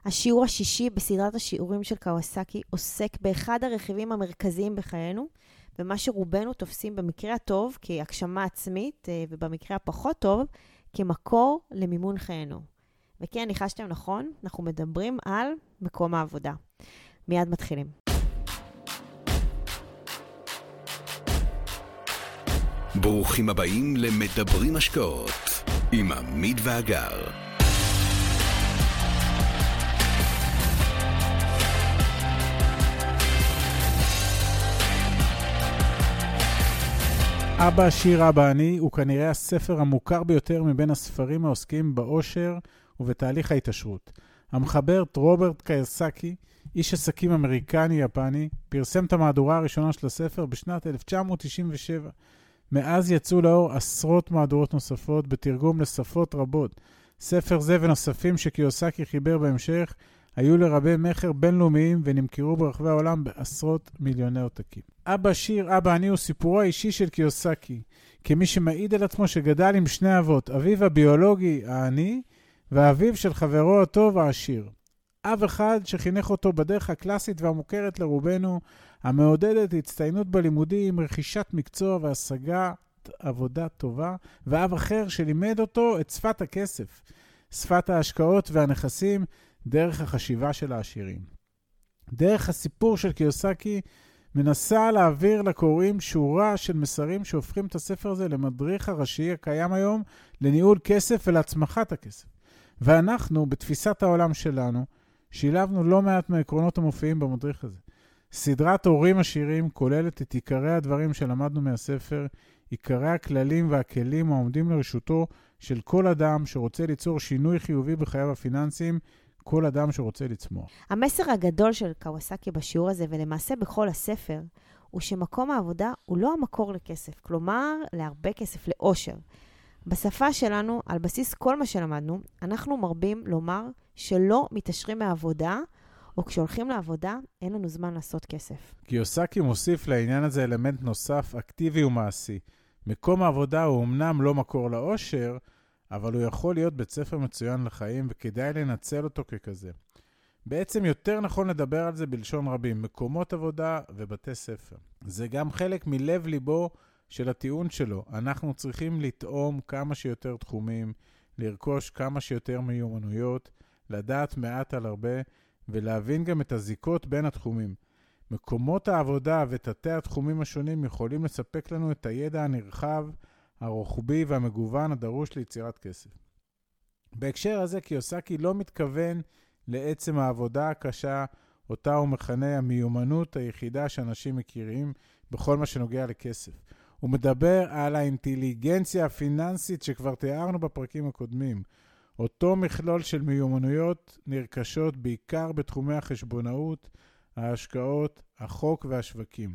השיעור השישי בסדרת השיעורים של קוואסקי עוסק באחד הרכיבים המרכזיים בחיינו, ומה שרובנו תופסים במקרה הטוב כהגשמה עצמית, ובמקרה הפחות טוב כמקור למימון חיינו. וכן, ניחשתם נכון, אנחנו מדברים על מקום העבודה. מיד מתחילים. ברוכים הבאים למדברים השקעות עם עמית ואגר. אבא עשיר אבא עני הוא כנראה הספר המוכר ביותר מבין הספרים העוסקים בעושר ובתהליך ההתעשרות. המחבר רוברט קיוסקי, איש עסקים אמריקני-יפני, פרסם את המהדורה הראשונה של הספר בשנת 1997. מאז יצאו לאור עשרות מהדורות נוספות בתרגום לשפות רבות. ספר זה ונוספים שקיוסקי חיבר בהמשך היו לרבי מחר בינלאומיים ונמכרו ברחבי העולם בעשרות מיליוני עותקים. אבא עשיר אבא עני הוא סיפורו האישי של קיוסקי, כמי שמעיד על עצמו שגדל עם שני אבות, אביו הביולוגי העני ואביו של חברו הטוב העשיר. אב אחד שחינך אותו בדרך הקלאסית והמוכרת לרובנו, המעודדת הצטיינות בלימודים, רכישת מקצוע והשגת עבודה טובה, ואב אחר שלימד אותו את שפת הכסף, שפת ההשקעות והנכסים, דרך החשיבה של העשירים. דרך הסיפור של קיוסקי מנסה להעביר לקוראים שורה של מסרים שהופכים את הספר הזה למדריך הראשי הקיים היום לניהול כסף ולהצמחת הכסף. ואנחנו, בתפיסת העולם שלנו, שילבנו לא מעט מהעקרונות המופיעים במדריך הזה. סדרת הורים עשירים כוללת את עיקרי הדברים שלמדנו מהספר, עיקרי הכללים והכלים העומדים לרשותו של כל אדם שרוצה ליצור שינוי חיובי בחייו הפיננסיים, כל אדם שרוצה לצמוח. המסר הגדול של קוואסקי בשיעור הזה, ולמעשה בכל הספר, הוא שמקום העבודה הוא לא המקור לכסף, כלומר להרבה כסף, לעושר. בשפה שלנו, על בסיס כל מה שלמדנו, אנחנו מרבים לומר שלא מתעשרים מהעבודה, או כשהולכים לעבודה, אין לנו זמן לעשות כסף. קיוסקי מוסיף לעניין הזה אלמנט נוסף, אקטיבי ומעשי. מקום העבודה הוא אמנם לא מקור לעושר, אבל הוא יכול להיות בית ספר מצוין לחיים, וכדאי לנצל אותו ככזה. בעצם יותר נכון לדבר על זה בלשון רבים, מקומות עבודה ובתי ספר. זה גם חלק מלב ליבו של הטיעון שלו. אנחנו צריכים לטעום כמה שיותר תחומים, לרכוש כמה שיותר מיומנויות, לדעת מעט על הרבה, ולהבין גם את הזיקות בין התחומים. מקומות העבודה ותתי התחומים השונים יכולים לספק לנו את הידע הנרחב, הרוחבי והמגוון הדרוש ליצירת כסף. בהקשר הזה קיוסקי לא מתכוון לעצם העבודה הקשה, אותה הוא מכנה המיומנות היחידה שאנשים מכירים בכל מה שנוגע לכסף. הוא מדבר על האינטליגנציה הפיננסית שכבר תיארנו בפרקים הקודמים. אותו מכלול של מיומנויות נרכשות בעיקר בתחומי החשבונאות, ההשקעות, החוק והשווקים.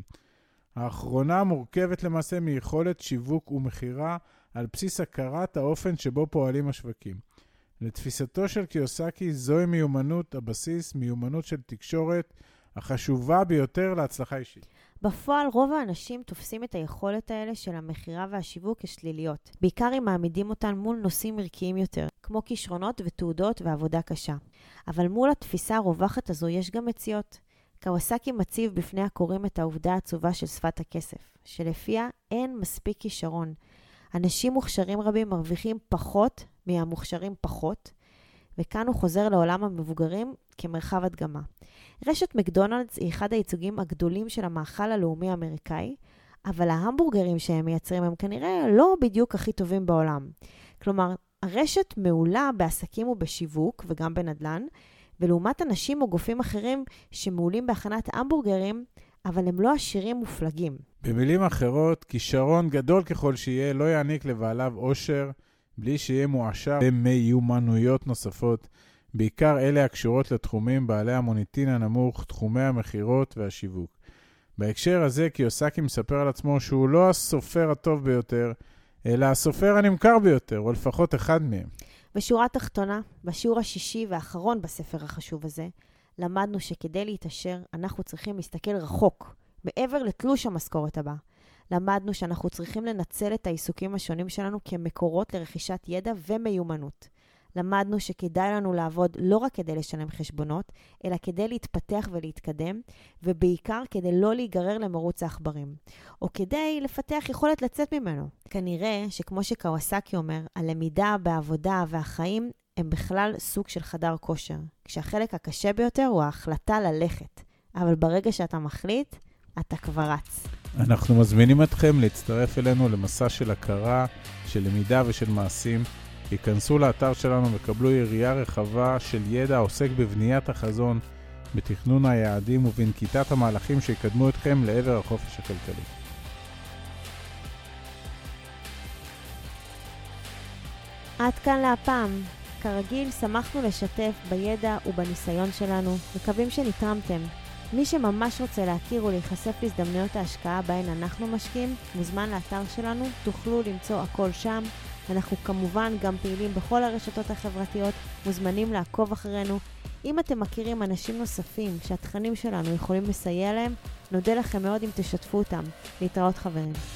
האחרונה מורכבת למעשה מיכולת שיווק ומחירה על בסיס הכרת האופן שבו פועלים השווקים. לתפיסתו של קיוסקי זוהי מיומנות הבסיס, מיומנות של תקשורת, החשובה ביותר להצלחה אישית. בפועל רוב האנשים תופסים את היכולת האלה של המחירה והשיווק כשליליות. בעיקר אם מעמידים אותן מול נושאים ערכיים יותר, כמו כישרונות ותעודות ועבודה קשה. אבל מול התפיסה הרווחת הזו יש גם מציאות. קוואסקי מציב בפני הקוראים את העובדה העצובה של שפת הכסף, שלפיה אין מספיק כישרון. אנשים מוכשרים רבים מרוויחים פחות מהמוכשרים פחות, וכאן הוא חוזר לעולם המבוגרים כמרחב הדגמה. רשת מקדונלדס היא אחד הייצוגים הגדולים של המאכל הלאומי האמריקאי, אבל ההמבורגרים שהם מייצרים הם כנראה לא בדיוק הכי טובים בעולם. כלומר, הרשת מעולה בעסקים ובשיווק וגם בנדלן, ולעומת אנשים או גופים אחרים שמעולים בהכנת המבורגרים, אבל הם לא עשירים מופלגים. במילים אחרות, כישרון גדול ככל שיהיה לא יעניק לבעליו עושר, בלי שיהיה מועשר במיומנויות נוספות, בעיקר אלה הקשורות לתחומים בעלי המוניטין הנמוך, תחומי המחירות והשיווק. בהקשר הזה קיוסקי מספר על עצמו שהוא לא הסופר הטוב ביותר, אלא הסופר הנמכר ביותר, או לפחות אחד מהם. בשורה תחתונה, בשיעור השישי והאחרון בספר החשוב הזה, למדנו שכדי להתעשר אנחנו צריכים להסתכל רחוק, מעבר לתלוש המשכורת הבא. למדנו שאנחנו צריכים לנצל את העיסוקים השונים שלנו כמקורות לרכישת ידע ומיומנות. למדנו שכדאי לנו לעבוד לא רק כדי לשלם חשבונות, אלא כדי להתפתח ולהתקדם, ובעיקר כדי לא להיגרר למרוץ העכברים, או כדי לפתח יכולת לצאת ממנו. כנראה שכמו שקוואסקי אומר, הלמידה בעבודה והחיים הם בכלל סוג של חדר כושר, כשהחלק הקשה ביותר הוא ההחלטה ללכת. אבל ברגע שאתה מחליט, אתה כבר רץ. אנחנו מזמינים אתכם להצטרף אלינו למסע של הכרה, של למידה ושל מעשים. היכנסו לאתר שלנו וקבלו יריעה רחבה של ידע העוסק בבניית החזון, בתכנון היעדים ובנקיטת המהלכים שיקדמו אתכם לעבר החופש הכלכלי. עד כאן להפעם. כרגיל, שמחנו לשתף בידע ובניסיון שלנו. מקווים שנתרמתם. מי שממש רוצה להכיר ולהיחשף להזדמנויות ההשקעה בהן אנחנו משקיעים, מוזמן לאתר שלנו, תוכלו למצוא הכל שם. אנחנו כמובן גם פעילים בכל הרשתות החברתיות, מוזמנים לעקוב אחרינו. אם אתם מכירים אנשים נוספים שהתכנים שלנו יכולים לסייע להם, נודה לכם מאוד אם תשתפו אותם. להתראות חברים.